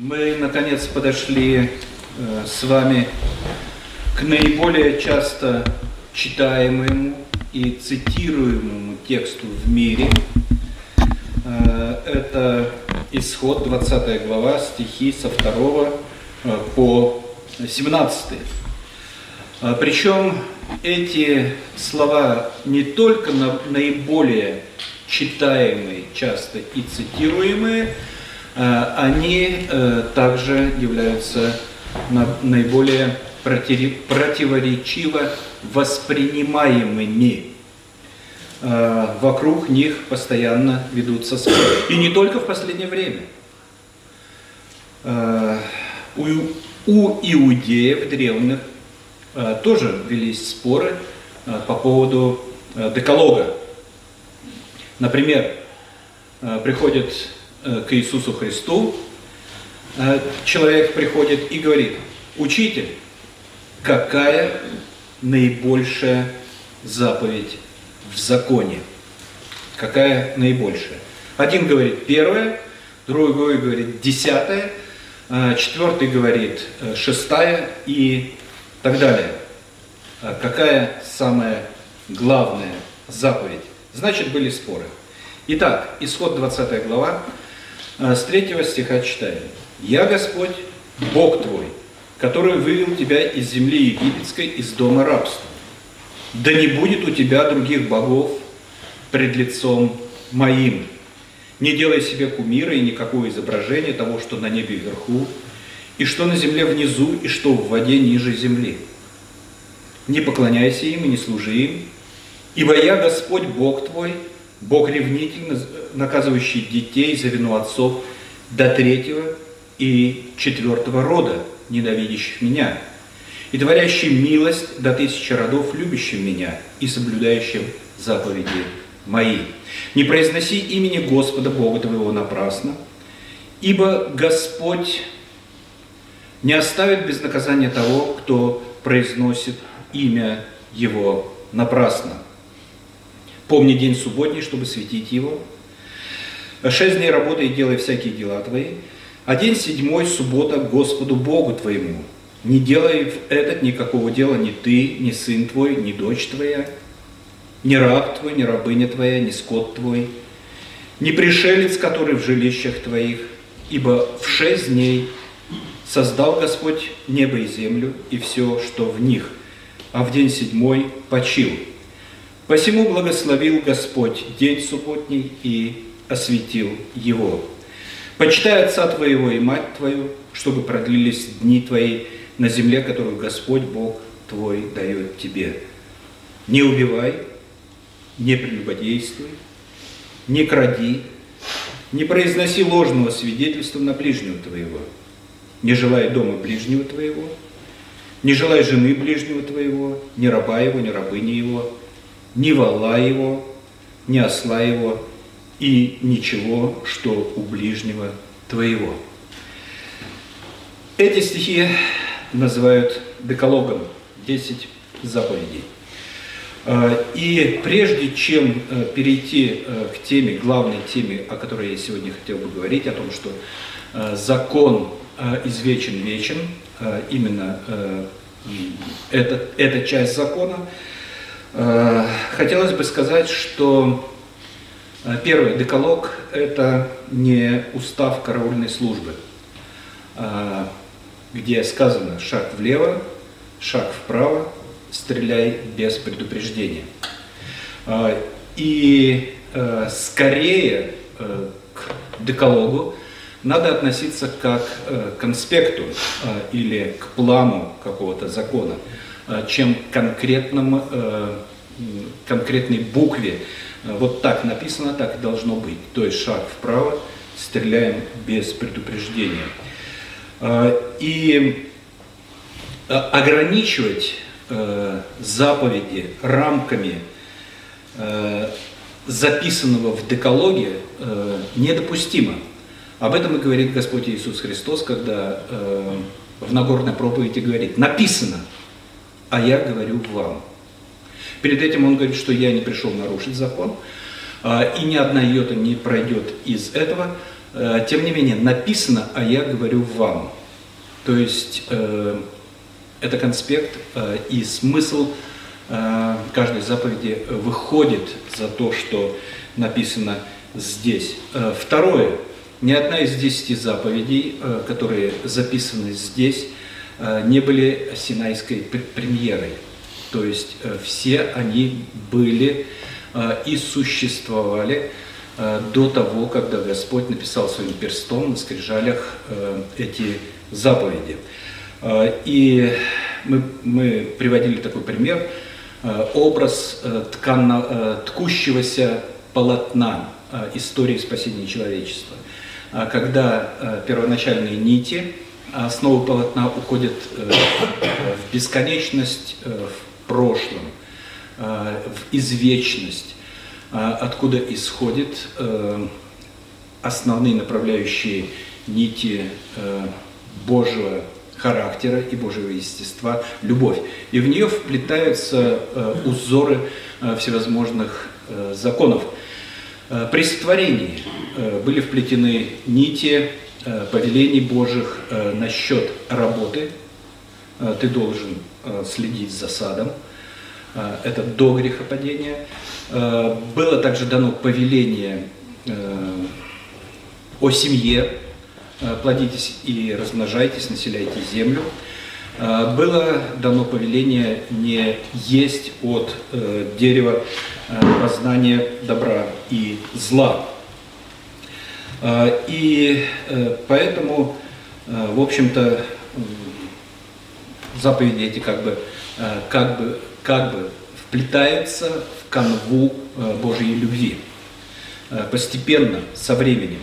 Мы, наконец, подошли с вами к наиболее часто читаемому и цитируемому тексту в мире. Это Исход, 20 глава, стихи со 2 по 17. Причем эти слова не только наиболее читаемые, часто и цитируемые, они также являются наиболее противоречиво воспринимаемыми. Вокруг них постоянно ведутся споры. И не только в последнее время. У иудеев древних тоже велись споры по поводу декалога. Например, приходит к Иисусу Христу, человек приходит и говорит: «Учитель, какая наибольшая заповедь в законе?» Какая наибольшая? Один говорит 1, другой говорит 10, 4 говорит 6 и так далее. Какая самая главная заповедь? Значит, были споры. Итак, Исход 20 глава, с 3 стиха читаем. «Я Господь, Бог твой, который вывел тебя из земли египетской, из дома рабства. Да не будет у тебя других богов пред лицом моим. Не делай себе кумира и никакого изображения того, что на небе вверху, и что на земле внизу, и что в воде ниже земли. Не поклоняйся им и не служи им, ибо я Господь Бог твой, Бог ревнитель, наказывающий детей за вину отцов до 3 и 4 рода, ненавидящих меня, и творящий милость до 1000 родов, любящим меня и соблюдающим заповеди мои. Не произноси имени Господа Бога твоего напрасно, ибо Господь не оставит без наказания того, кто произносит имя Его напрасно. Помни день субботний, чтобы светить его. 6 дней работай и делай всякие дела твои, а день 7 суббота Господу Богу твоему. Не делай в этот никакого дела ни ты, ни сын твой, ни дочь твоя, ни раб твой, ни рабыня твоя, ни скот твой, ни пришелец, который в жилищах твоих, ибо в 6 дней создал Господь небо и землю и все, что в них, а в день 7 почил. Посему благословил Господь день субботний и осветил его. Почитай отца твоего и мать твою, чтобы продлились дни твои на земле, которую Господь Бог твой дает тебе. Не убивай, не прелюбодействуй, не кради, не произноси ложного свидетельства на ближнего твоего, не желай дома ближнего твоего, не желай жены ближнего твоего, ни раба его, ни рабыни его, ни вола его, ни осла его, и ничего, что у ближнего твоего». Эти стихи называют декалогом, 10 заповедей. И прежде чем перейти к теме, главной теме, о которой я сегодня хотел бы говорить, о том, что закон извечен вечен, именно эта часть закона, хотелось бы сказать, что первый декалог – это не устав караульной службы, где сказано «шаг влево, шаг вправо, стреляй без предупреждения». И скорее к декалогу надо относиться как к конспекту или к плану какого-то закона, чем к конкретной букве. Вот так написано, так и должно быть. То есть шаг вправо, стреляем без предупреждения. И ограничивать заповеди рамками записанного в декалоге недопустимо. Об этом и говорит Господь Иисус Христос, когда в Нагорной проповеди говорит: «Написано, а я говорю вам». Перед этим он говорит, что я не пришел нарушить закон, и ни одна йота не пройдет из этого, Тем не менее, написано, а я говорю вам. То есть это конспект, и смысл каждой заповеди выходит за то, что написано здесь. Второе. Ни одна из 10 заповедей, которые записаны здесь, не были Синайской премьерой. То есть все они были и существовали до того, когда Господь написал своим перстом на скрижалях эти заповеди. И мы приводили такой пример, образ ткущегося полотна истории спасения человечества. Когда первоначальные нити, основы полотна уходят в бесконечность, в прошлом, в извечность, откуда исходят основные направляющие нити Божьего характера и Божьего естества, любовь. И в нее вплетаются узоры всевозможных законов. При сотворении были вплетены нити повелений Божьих насчет работы. Ты должен следить за садом. Это до грехопадения. Было также дано повеление о семье. Плодитесь и размножайтесь, населяйте землю. Было дано повеление не есть от дерева познания добра и зла. И поэтому, в общем-то, заповеди эти как бы вплетаются в канву Божьей любви постепенно, со временем.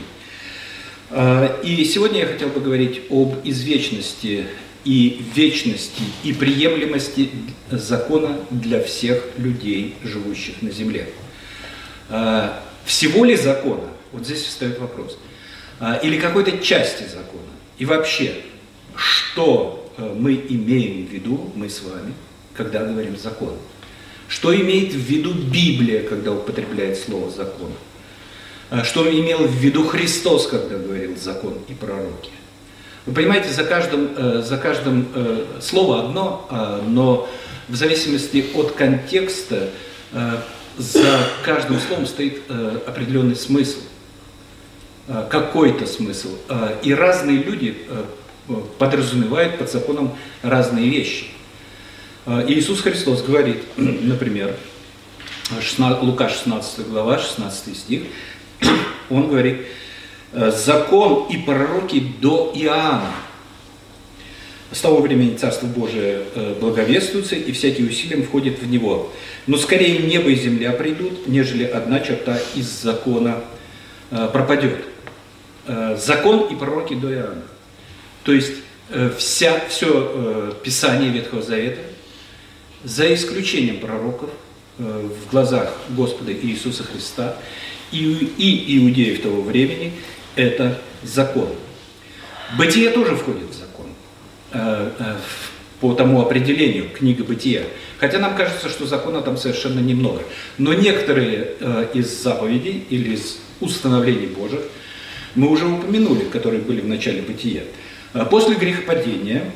И сегодня я хотел бы говорить об извечности и вечности и приемлемости закона для всех людей, живущих на земле. Всего ли закона? Вот здесь встает вопрос. Или какой-то части закона? И вообще, что мы имеем в виду, мы с вами, когда говорим закон? Что имеет в виду Библия, когда употребляет слово закон? Что имел в виду Христос, когда говорил закон и пророки? Вы понимаете, за каждым слово одно, но в зависимости от контекста за каждым словом стоит определенный смысл, какой-то смысл. И разные люди подразумевают под законом разные вещи. Иисус Христос говорит, например, Лука 16 глава, 16 стих, Он говорит: «Закон и пророки до Иоанна. С того времени Царство Божие благовествуется, и всякий усилием входит в него. Но скорее небо и земля придут, нежели одна черта из закона пропадет». Закон и пророки до Иоанна. То есть все Писание Ветхого Завета, за исключением пророков, в глазах Господа Иисуса Христа и иудеев того времени, это закон. Бытие тоже входит в закон, по тому определению, книга Бытия. Хотя нам кажется, что закона там совершенно немного. Но некоторые из заповедей или из установлений Божьих мы уже упомянули, которые были в начале Бытия. После грехопадения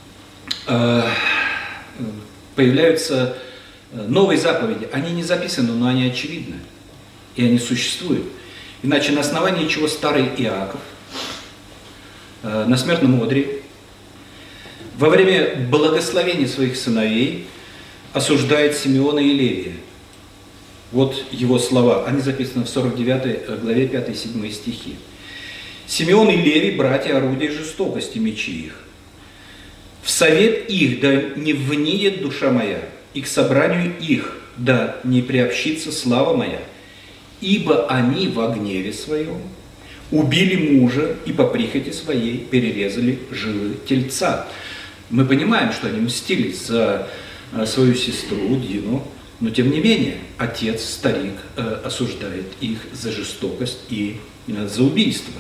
появляются новые заповеди. Они не записаны, но они очевидны. И они существуют. Иначе на основании чего старый Иаков на смертном одре во время благословения своих сыновей осуждает Симеона и Левия. Вот его слова. Они записаны в 49 главе 5-7 стихи. «Симеон и Левий, братья, орудия жестокости, мечи их. В совет их да не вниет душа моя, и к собранию их да не приобщится слава моя, ибо они во гневе своем убили мужа и по прихоти своей перерезали жилы тельца». Мы понимаем, что они мстили за свою сестру Дину, но тем не менее отец, старик, осуждает их за жестокость и за убийство.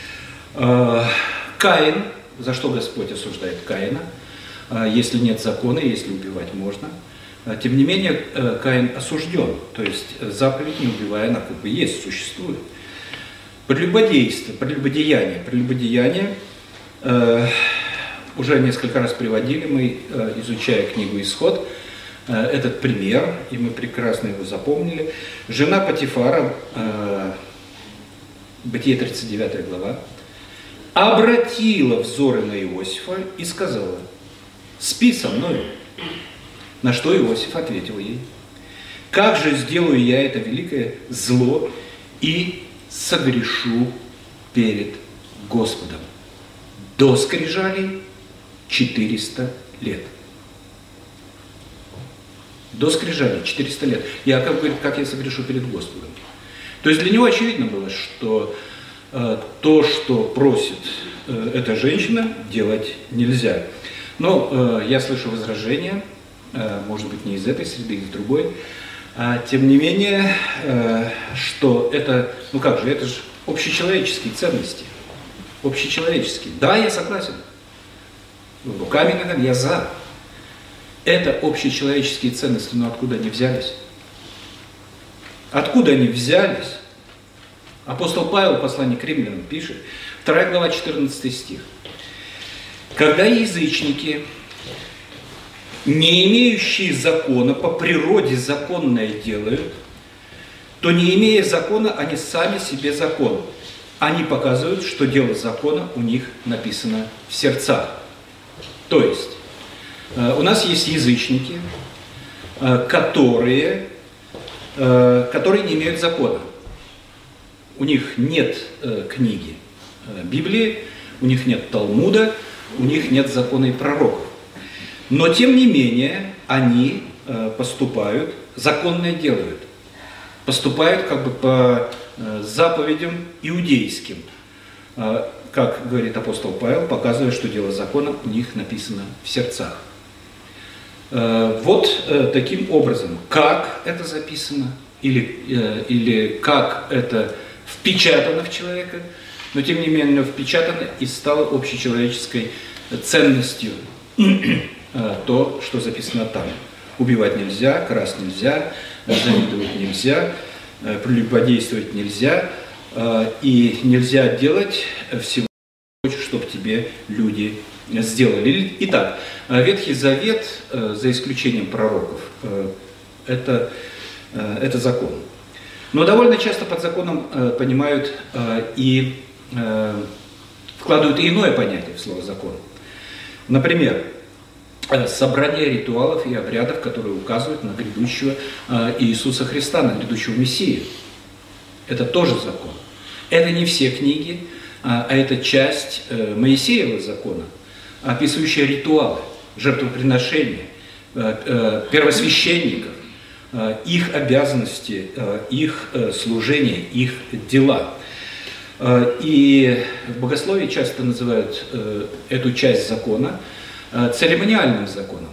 Каин, за что Господь осуждает Каина? Если нет закона, если убивать можно. Тем не менее, Каин осужден, то есть заповедь «не убивай», она как бы есть, существует. Прелюбодеяние уже несколько раз приводили мы, изучая книгу «Исход», этот пример, и мы прекрасно его запомнили. Жена Потифара, Бытие 39 глава, обратила взоры на Иосифа и сказала: «Спи со мною». На что Иосиф ответил ей: «Как же сделаю я это великое зло и согрешу перед Господом? До скрижалей 400 лет». До скрижалей 400 лет. Иаков говорит: как я согрешу перед Господом. То есть для него очевидно было, что то, что просит эта женщина, делать нельзя. Но я слышу возражения, может быть, не из этой среды, из другой. Тем не менее, что это, это же общечеловеческие ценности. Общечеловеческие. Да, я согласен. Руками, ногами, я за. Это общечеловеческие ценности, но откуда они взялись? Откуда они взялись? Апостол Павел в послании к римлянам пишет, 2 глава, 14 стих. «Когда язычники, не имеющие закона, по природе законное делают, то, не имея закона, они сами себе закон. Они показывают, что дело закона у них написано в сердцах». То есть, у нас есть язычники, которые не имеют закона. У них нет книги Библии, у них нет Талмуда, у них нет закона и пророков. Но, тем не менее, они поступают, законное делают. Поступают как бы по заповедям иудейским. Как говорит апостол Павел, показывая, что дело закона у них написано в сердцах. Вот таким образом, как это записано, или как это впечатано в человека, но тем не менее впечатано и стало общечеловеческой ценностью то, что записано там. Убивать нельзя, красть нельзя, завидовать нельзя, прелюбодействовать нельзя, и нельзя делать всего, чтобы тебе люди сделали. Итак, Ветхий Завет, за исключением пророков, это закон. Но довольно часто под законом понимают и вкладывают и иное понятие в слово «закон». Например, собрание ритуалов и обрядов, которые указывают на грядущего Иисуса Христа, на грядущего Мессию. Это тоже закон. Это не все книги, а это часть Моисеева закона, описывающая ритуалы, жертвоприношения, первосвященников, их обязанности, их служение, их дела. И в богословии часто называют эту часть закона церемониальным законом.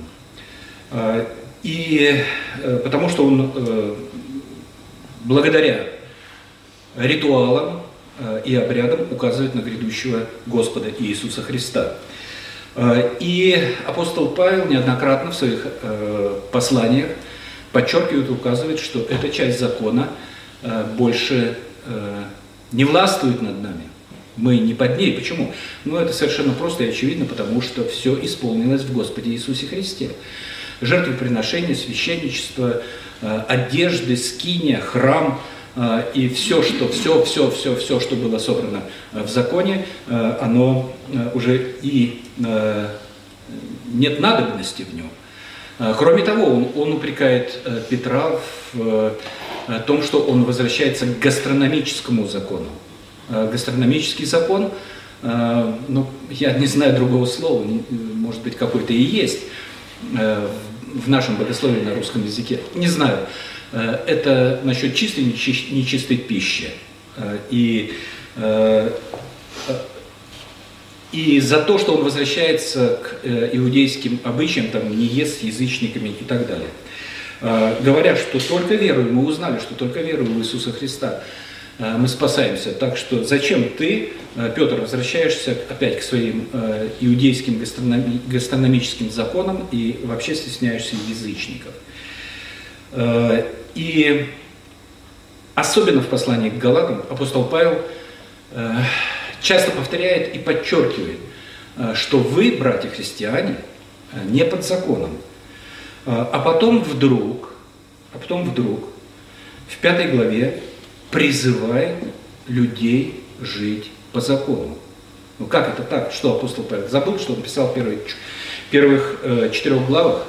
И потому что он благодаря ритуалам и обрядам указывает на грядущего Господа Иисуса Христа. И апостол Павел неоднократно в своих посланиях подчеркивает и указывает, что эта часть закона больше не властвует над нами. Мы не под ней. Почему? Ну, это совершенно просто и очевидно, потому что все исполнилось в Господе Иисусе Христе. Жертвоприношение, священничество, одежды, скиния, храм и все, что было собрано в законе, оно уже и нет надобности в нем. Кроме того, он упрекает Петра в том, что он возвращается к гастрономическому закону. Гастрономический закон, ну, я не знаю другого слова, может быть, какой-то и есть в нашем богословии на русском языке, не знаю. Это насчет чистой и нечистой пищи. И за то, что он возвращается к иудейским обычаям, там, не ест с язычниками и так далее. Говоря, что только веруя, мы узнали, что только веруя в Иисуса Христа мы спасаемся. Так что зачем ты, Петр, возвращаешься опять к своим иудейским гастрономическим законам и вообще стесняешься язычников? И особенно в послании к Галатам апостол Павел часто повторяет и подчеркивает, что вы, братья-христиане, не под законом. А потом вдруг в 5 главе призывает людей жить по закону. Ну как это так? Что апостол Павел забыл, что он писал в первых 4 главах?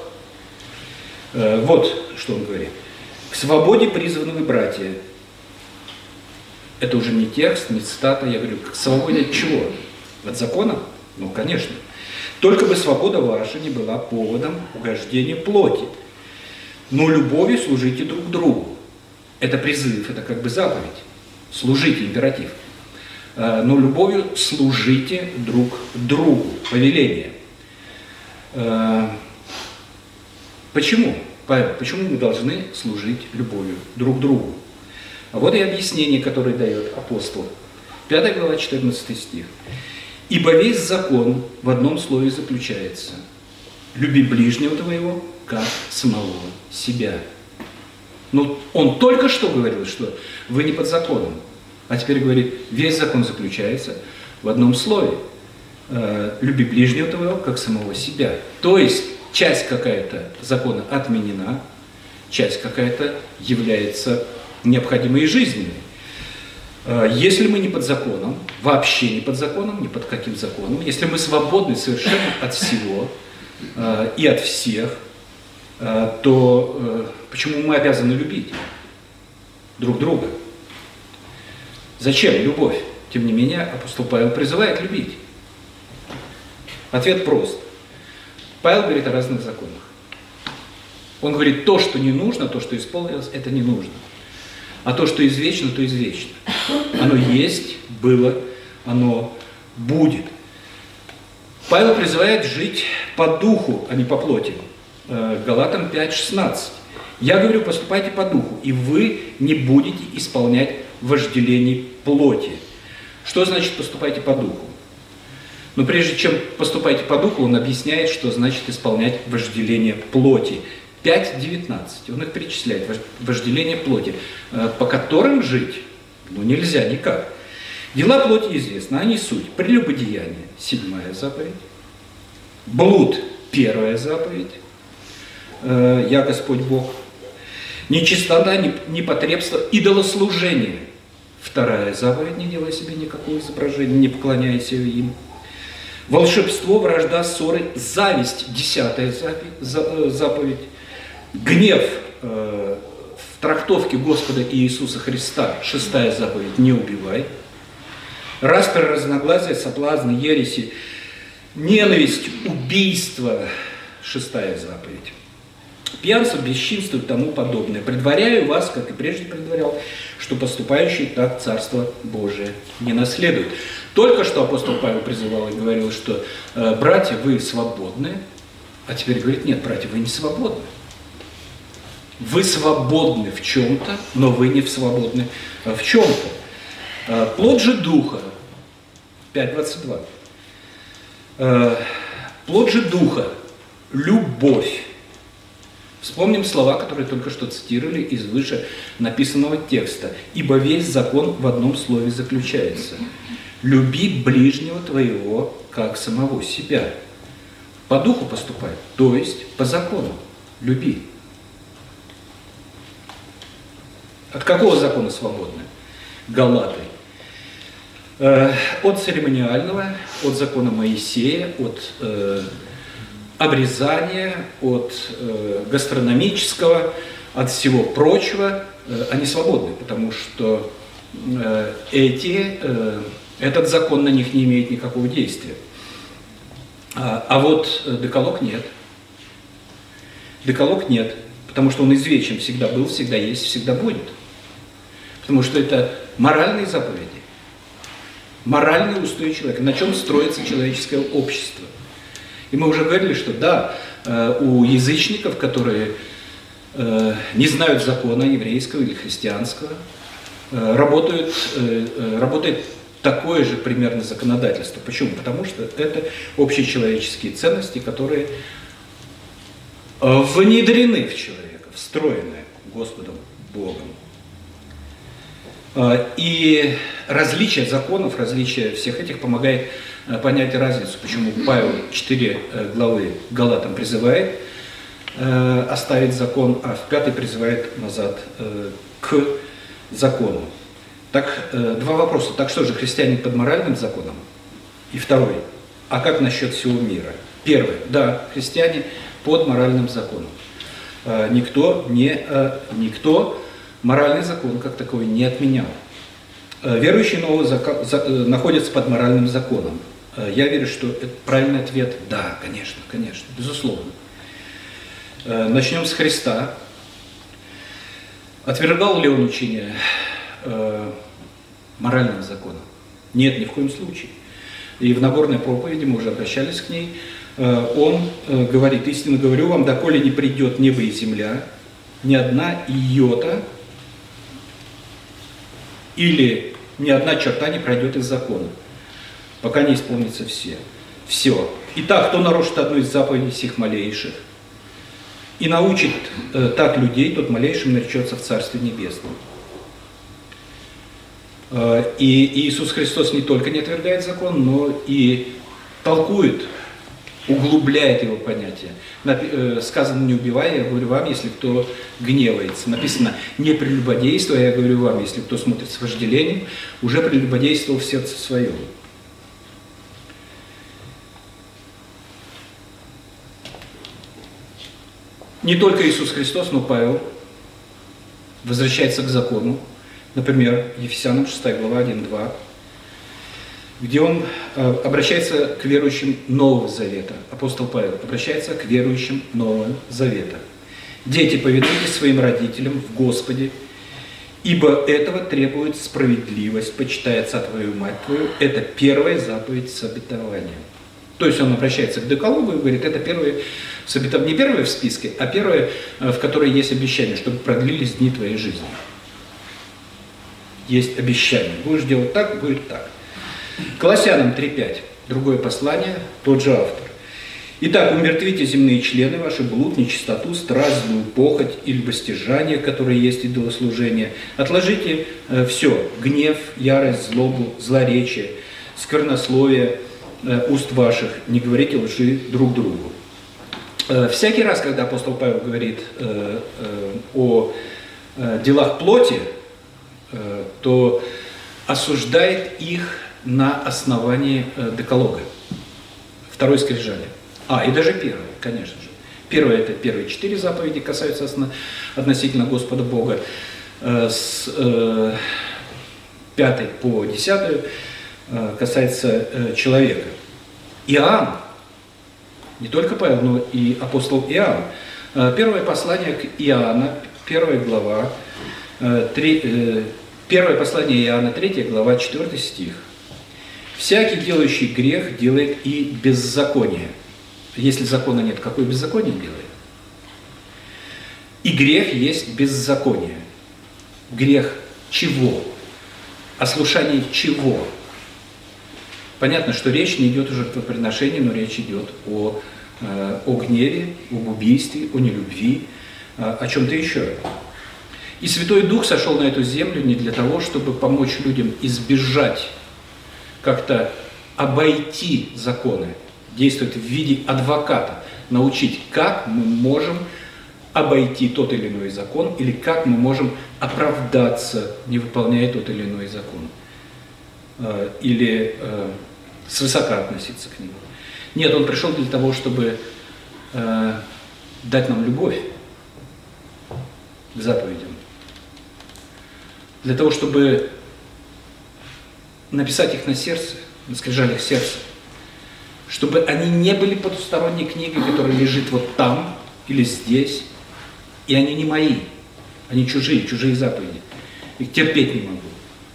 Вот что он говорит. К свободе призваны вы, братья. Это уже не текст, не цитата. Я говорю, к свободе от чего? От закона? Ну, конечно. Только бы свобода ваша не была поводом угождения плоти. Но любовью служите друг другу. Это призыв, это как бы заповедь. Служите, императив. Но любовью служите друг другу. Повеление. Почему, Павел, почему мы должны служить любовью друг другу? А вот и объяснение, которое дает апостол. 5 глава, 14 стих. «Ибо весь закон в одном слове заключается. Люби ближнего твоего, как самого себя». Ну, он только что говорил, что вы не под законом. А теперь говорит, весь закон заключается в одном слове. Люби ближнего твоего, как самого себя. То есть, часть какая-то закона отменена, часть какая-то является необходимой и жизненной. Если мы не под законом, вообще не под законом, ни под каким законом, если мы свободны совершенно от всего и от всех, то почему мы обязаны любить друг друга? Зачем любовь? Тем не менее, апостол Павел призывает любить. Ответ прост. Павел говорит о разных законах. Он говорит, то, что не нужно, то, что исполнилось, это не нужно. А то, что извечно, то извечно. Оно есть, было, оно будет. Павел призывает жить по духу, а не по плоти. Галатам 5:16. Я говорю, поступайте по духу, и вы не будете исполнять вожделений плоти. Что значит поступайте по духу? Но прежде чем поступайте по духу, он объясняет, что значит исполнять вожделение плоти. 5:19. Он их перечисляет. Вожделение плоти, по которым жить нельзя никак. Дела плоти известны, они суть. Прелюбодеяние, 7 заповедь. Блуд, 1 заповедь. Я Господь Бог. Нечистота, непотребство, идолослужение. 2 заповедь, не делай себе никакого изображения, не поклоняйся им. Волшебство, вражда, ссоры, зависть, 10 заповедь. Гнев в трактовке Господа Иисуса Христа, 6 заповедь, не убивай. Распри, разногласия, соблазны, ереси, ненависть, убийство, 6 заповедь. Пьянство, бесчинство и тому подобное. Предваряю вас, как и прежде предварял, что поступающий так Царство Божие не наследует. Только что апостол Павел призывал и говорил, что братья, вы свободны, а теперь говорит, нет, братья, вы не свободны. Вы свободны в чем-то, но вы не свободны в чем-то. Плод же Духа, 5:22. Плод же Духа, любовь. Вспомним слова, которые только что цитировали из выше написанного текста. «Ибо весь закон в одном слове заключается. Люби ближнего твоего, как самого себя». По духу поступай, то есть по закону. Люби. От какого закона свободны? Галаты. От церемониального, от закона Моисея, от обрезания, от гастрономического, от всего прочего, они свободны, потому что этот закон на них не имеет никакого действия. А вот декалог нет. Декалог нет, потому что он извечен, всегда был, всегда есть, всегда будет. Потому что это моральные заповеди, моральные устои человека, на чем строится человеческое общество. И мы уже говорили, что да, у язычников, которые не знают закона еврейского или христианского, работает такое же примерно законодательство. Почему? Потому что это общечеловеческие ценности, которые внедрены в человека, встроены Господом Богом. И различие законов, различие всех этих помогает понять разницу, почему Павел 4 главы Галатам призывает оставить закон, а в 5 призывает назад к закону. Так, два вопроса. Так что же, христиане под моральным законом? И второй, а как насчет всего мира? Первый, да, христиане под моральным законом. Никто моральный закон как таковой не отменял. Верующие находятся под моральным законом. Я верю, что это правильный ответ. Да, конечно, конечно, безусловно. Начнем с Христа. Отвергал ли он учение моральным законом? Нет, ни в коем случае. И в Нагорной проповеди, мы уже обращались к ней, он говорит: истинно говорю вам, доколе не придет небо и земля, ни одна йота или ни одна черта не пройдет из закона, пока не исполнится все. Все. Итак, кто нарушит одну из заповедей сих малейших и научит так людей, тот малейшим наречется в Царстве Небесном. И Иисус Христос не только не отвергает закон, но и толкует, углубляет его понятие. Сказано: не убивай, я говорю вам, если кто гневается. Написано: не прелюбодействуй, я говорю вам, если кто смотрит с вожделением, уже прелюбодействовал в сердце своем. Не только Иисус Христос, но Павел возвращается к закону. Например, Ефесянам 6 глава 1-2, где он обращается к верующим Нового Завета. Апостол Павел обращается к верующим Нового Завета. «Дети, повинуйтесь своим родителям в Господе, ибо этого требует справедливость, почитай отца твою и мать твою». Это первая заповедь с обетованием. То есть он обращается к Декалогу и говорит: это первое с обетованием, не первое в списке, а первое, в которой есть обещание, чтобы продлились дни твоей жизни. Есть обещание. Будешь делать так, будет так. Колоссянам 3:5. Другое послание, тот же автор. Итак, умертвите земные члены ваши, блуд, нечистоту, страсть, злую похоть и любостяжание, которые есть идолослужение. Отложите все: гнев, ярость, злобу, злоречие, сквернословие уст ваших. Не говорите лжи друг другу. Всякий раз, когда апостол Павел говорит о делах плоти, то осуждает их на основании Декалога, второй скрижали. И даже первый, конечно же. Первое — это первые 4 заповеди, касаются относительно Господа Бога. С 5 по 10 касается человека. Иоанн, не только Павел, но и апостол Иоанн. Первое послание к Иоанна, 1 глава, первое послание Иоанна, 3 глава, 4 стих. «Всякий, делающий грех, делает и беззаконие». Если закона нет, какое беззаконие делает? И грех есть беззаконие. Грех чего? Ослушание чего? Понятно, что речь не идет о жертвоприношении, но речь идет о гневе, об убийстве, о нелюбви, о чем-то еще. И Святой Дух сошел на эту землю не для того, чтобы помочь людям избежать, как-то обойти законы, действовать в виде адвоката, научить, как мы можем обойти тот или иной закон, или как мы можем оправдаться, не выполняя тот или иной закон, или свысока относиться к нему. Нет, он пришел для того, чтобы дать нам любовь к заповедям, для того, чтобы написать их на сердце, на скрижалях сердца, чтобы они не были потусторонней книгой, которая лежит вот там или здесь, и они не мои, они чужие заповеди. Их терпеть не могу.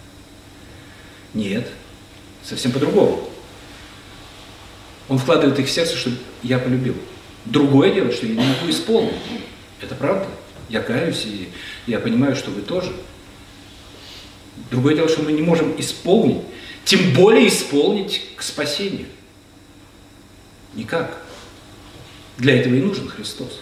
Нет, совсем по-другому. Он вкладывает их в сердце, чтобы я полюбил. Другое дело, что я не могу исполнить. Это правда. Я каюсь, и я понимаю, что вы тоже. Другое дело, что мы не можем исполнить, тем более исполнить к спасению. Никак. Для этого и нужен Христос.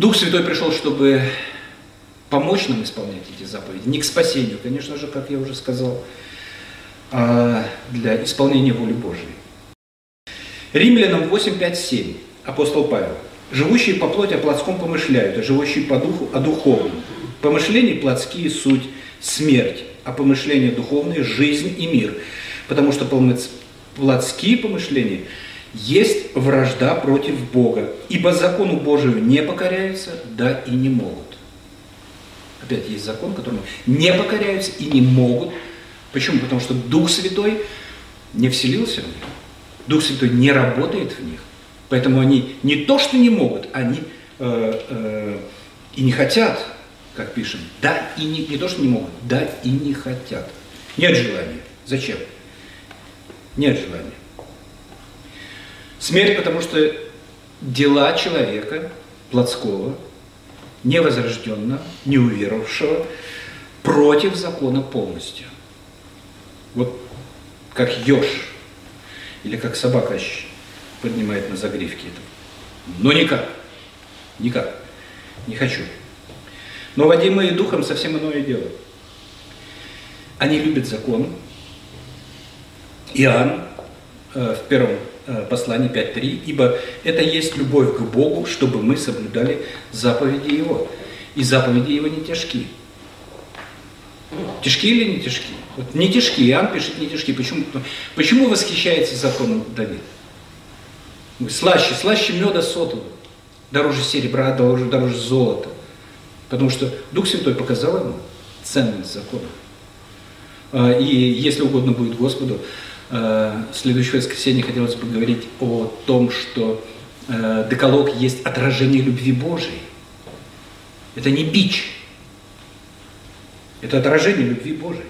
Дух Святой пришел, чтобы помочь нам исполнять эти заповеди. Не к спасению, конечно же, как я уже сказал, а для исполнения воли Божьей. Римлянам 8, 5, 7. Апостол Павел. «Живущие по плоти о плотском помышляют, а живущие по духу о духовном. Помышления плотские суть смерть, а помышления духовные жизнь и мир. Потому что плотские помышления есть вражда против Бога, ибо закону Божию не покоряются, да и не могут». Опять есть закон, которому не покоряются и не могут. Почему? Потому что Дух Святой не вселился в них. Дух Святой не работает в них. Поэтому они не то, что не могут, они и не хотят, как пишем. Да, и не то, что не могут, да и не хотят. Нет желания. Зачем? Нет желания. Смерть, потому что дела человека плотского, невозрожденного, неуверовавшего, против закона полностью. Вот как еж, или как собака поднимает на загривке это. Но никак. Никак. Не хочу. Но водимые духом совсем иное дело. Они любят закон. Иоанн в первом послании 5.3. «Ибо это есть любовь к Богу, чтобы мы соблюдали заповеди Его. И заповеди Его не тяжки». Тяжки или не тяжки? Вот не тяжки. Иоанн пишет не тяжки. Почему восхищается законом Давид? Слаще меда сотого, дороже серебра, дороже золота. Потому что Дух Святой показал ему ценность закона. И если угодно будет Господу, в следующее воскресенье хотелось бы говорить о том, что декалог есть отражение любви Божией. Это не бич. Это отражение любви Божией.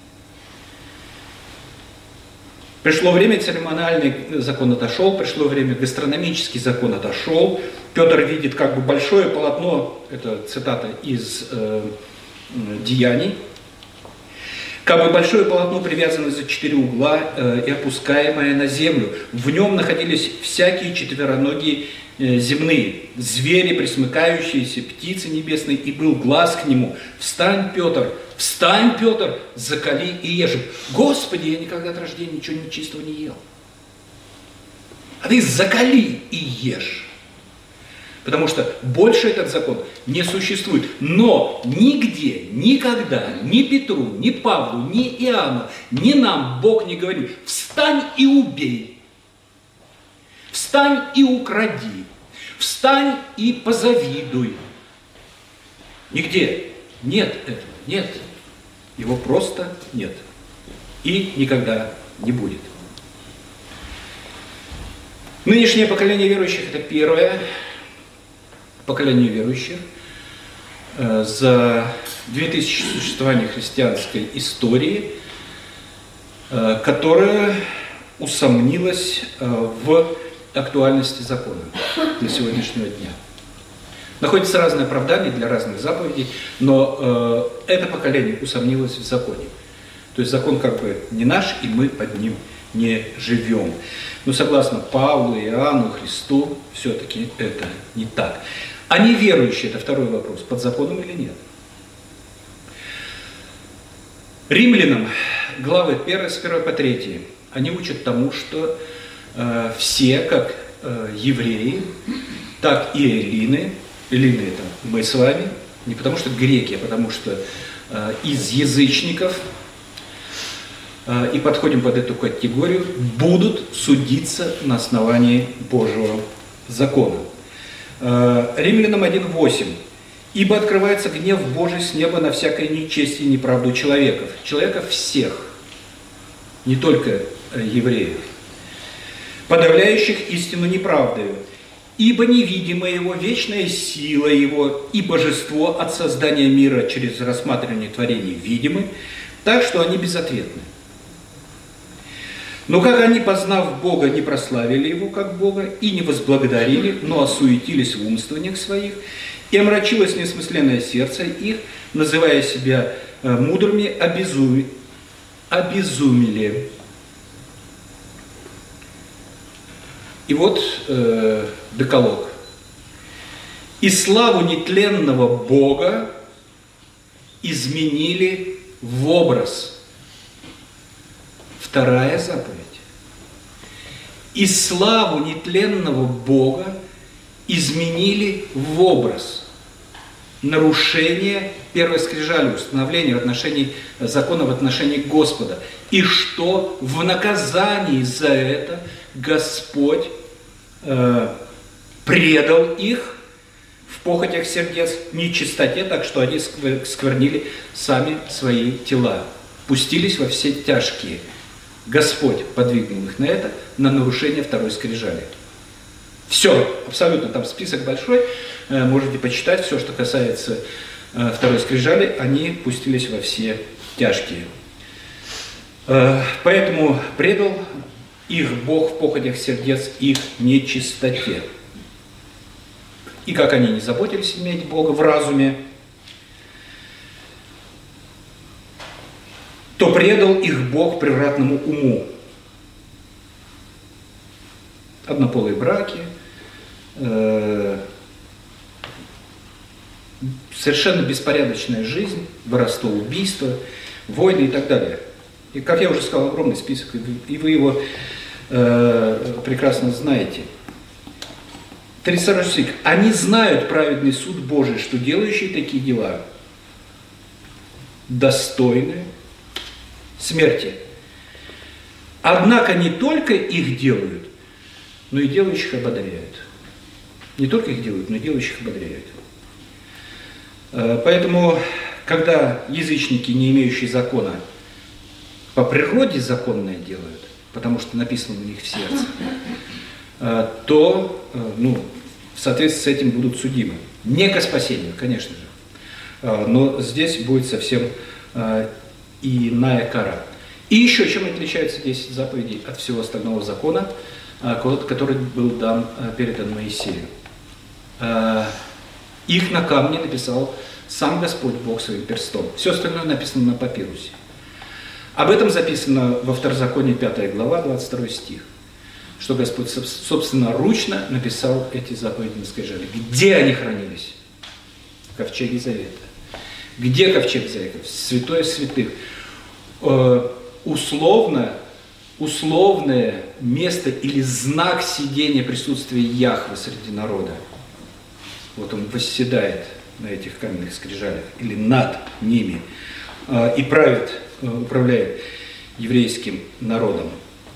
Пришло время, церемониальный закон отошел, пришло время, гастрономический закон отошел. Петр видит как бы большое полотно, это цитата из Деяний, как бы большое полотно, привязанное за 4 угла и опускаемое на землю. В нем находились всякие четвероногие земные, звери, пресмыкающиеся, птицы небесные, и был глас к нему: встань, Петр, закали и ешь. Господи, я никогда от рождения ничего нечистого не ел. А ты закали и ешь. Потому что больше этот закон не существует. Но нигде, никогда, ни Петру, ни Павлу, ни Иоанну, ни нам Бог не говорил: встань и убей. Встань и укради. Встань и позавидуй. Нигде нет этого. Нет. Его просто нет. И никогда не будет. Нынешнее поколение верующих – это первое поколение верующих за 2000 существования христианской истории, которое усомнилось в актуальности закона для сегодняшнего дня. Находится разные оправдания для разных заповедей, но это поколение усомнилось в законе. То есть закон как бы не наш, и мы под ним не живем. Но согласно Павлу, Иоанну, Христу, все-таки это не так. А неверующие, это второй вопрос, под законом или нет? Римлянам, главы 1, с 1 по 3, они учат тому, что все, как евреи, так и эллины это мы с вами, не потому что греки, а потому что из язычников, и подходим под эту категорию, будут судиться на основании Божьего закона. Римлянам 1:8. «Ибо открывается гнев Божий с неба на всякое нечестие и неправду человеков». Человеков всех, не только евреев, подавляющих истину неправдою. «Ибо невидимая его, вечная сила его и божество от создания мира через рассматривание творений видимы, так что они безответны. Но как они, познав Бога, не прославили Его как Бога и не возблагодарили, но осуетились в умствованиях своих, и омрачилось несмысленное сердце их, называя себя мудрыми, обезумели». И вот декалог. И славу нетленного Бога изменили в образ. Вторая заповедь. И славу нетленного Бога изменили в образ. Нарушение первой скрижали, установление в отношении закона, в отношении Господа. И что в наказании за это Господь предал их в похотях сердец, нечистоте, так что они сквернили сами свои тела, пустились во все тяжкие. Господь подвигнул их на это, на нарушение второй скрижали. Все, абсолютно, там список большой, можете почитать, все, что касается второй скрижали, они пустились во все тяжкие. Поэтому предал их Бог в похотях сердец, их нечистоте. И как они не заботились иметь Бога в разуме, то предал их Бог превратному уму. Однополые браки, совершенно беспорядочная жизнь, воровство, убийство, войны и так далее. И, как я уже сказал, огромный список, и вы его прекрасно знаете. 32 стих. Они знают праведный суд Божий, что делающие такие дела достойны смерти. Однако не только их делают, но и делающих ободряют. Не только их делают, но и делающих ободряют. Поэтому, когда язычники, не имеющие закона, по природе законное делают, потому что написано у них в сердце, то, в соответствии с этим будут судимы. Не ко спасению, конечно же, но здесь будет совсем иная кара. И еще чем отличаются 10 заповедей от всего остального закона, который был передан Моисею. Их на камне написал сам Господь Бог своим перстом. Все остальное написано на папирусе. Об этом записано во Второзаконии 5 глава, 22 стих. Что Господь собственноручно написал эти заповеди на скрижали. Где они хранились? В ковчеге Завета. Где ковчег Завета? Святое святых. Условное место или знак сидения присутствия Яхвы среди народа. Вот он восседает на этих каменных скрижалях или над ними и правит, управляет еврейским народом.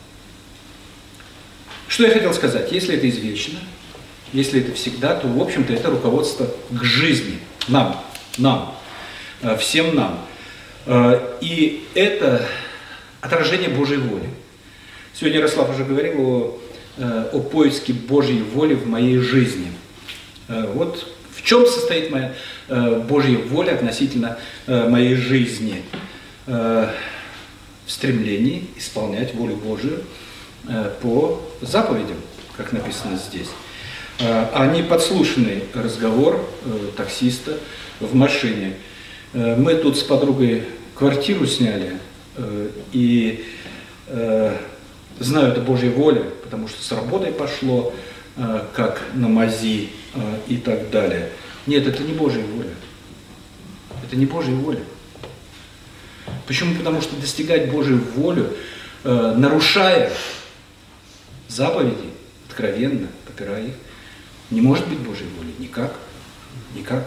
Что я хотел сказать? Если это извечно, если это всегда, то, в общем-то, это руководство к жизни. Нам, всем нам. И это отражение Божьей воли. Сегодня Ярослав уже говорил о поиске Божьей воли в моей жизни. Вот в чем состоит моя Божья воля относительно моей жизни? В стремлении исполнять волю Божию по заповедям, как написано здесь. А не подслушанный разговор таксиста в машине. Мы тут с подругой квартиру сняли, и знаю, это Божья воля, потому что с работой пошло, как на мази и так далее. Нет, это не Божья воля. Это не Божья воля. Почему? Потому что достигать Божью волю, нарушая заповеди, откровенно попирая их, не может быть Божьей воли. Никак. Никак.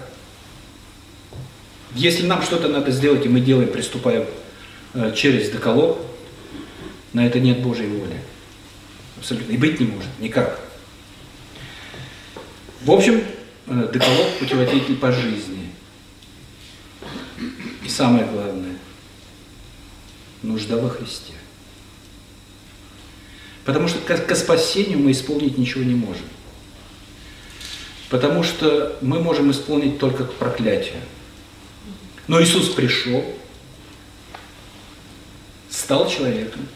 Если нам что-то надо сделать, и мы делаем, приступаем через декалог, на это нет Божьей воли. Абсолютно. И быть не может. Никак. В общем, декалог – путеводитель по жизни. И самое главное – нужда во Христе. Потому что ко спасению мы исполнить ничего не можем. Потому что мы можем исполнить только к проклятию. Но Иисус пришел, стал человеком,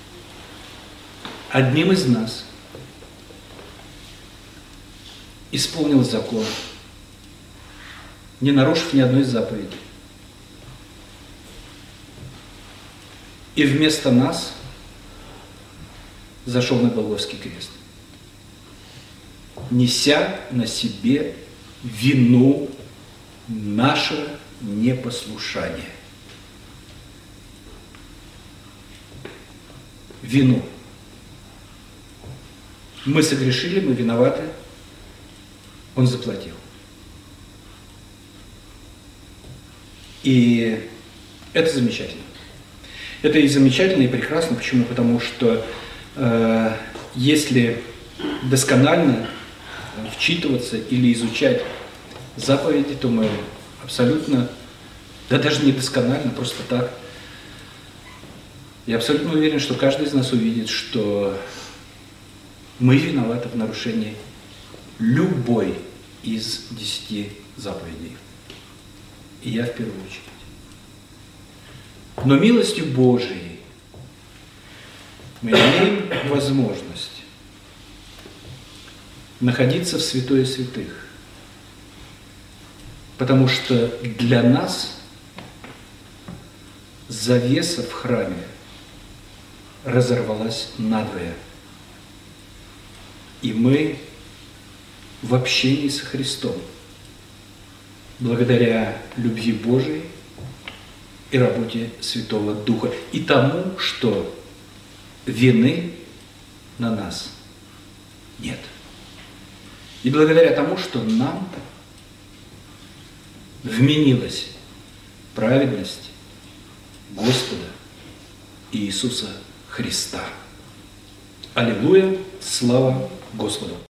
одним из нас, исполнил закон, не нарушив ни одной заповеди. И вместо нас зашел на Голгофский крест, неся на себе вину нашего непослушания. Вину. Мы согрешили, мы виноваты, Он заплатил. И это замечательно. Это и замечательно, и прекрасно. Почему? Потому что если досконально вчитываться или изучать заповеди, то мы абсолютно, да даже не досконально, просто так, я абсолютно уверен, что каждый из нас увидит, что мы виноваты в нарушении любой из 10 заповедей. И я в первую очередь. Но милостью Божией мы имеем возможность находиться в святое святых. Потому что для нас завеса в храме разорвалась надвое. И мы в общении со Христом, благодаря любви Божией и работе Святого Духа, и тому, что вины на нас нет. И благодаря тому, что нам вменилась праведность Господа Иисуса Христа. Аллилуйя! Слава Господу!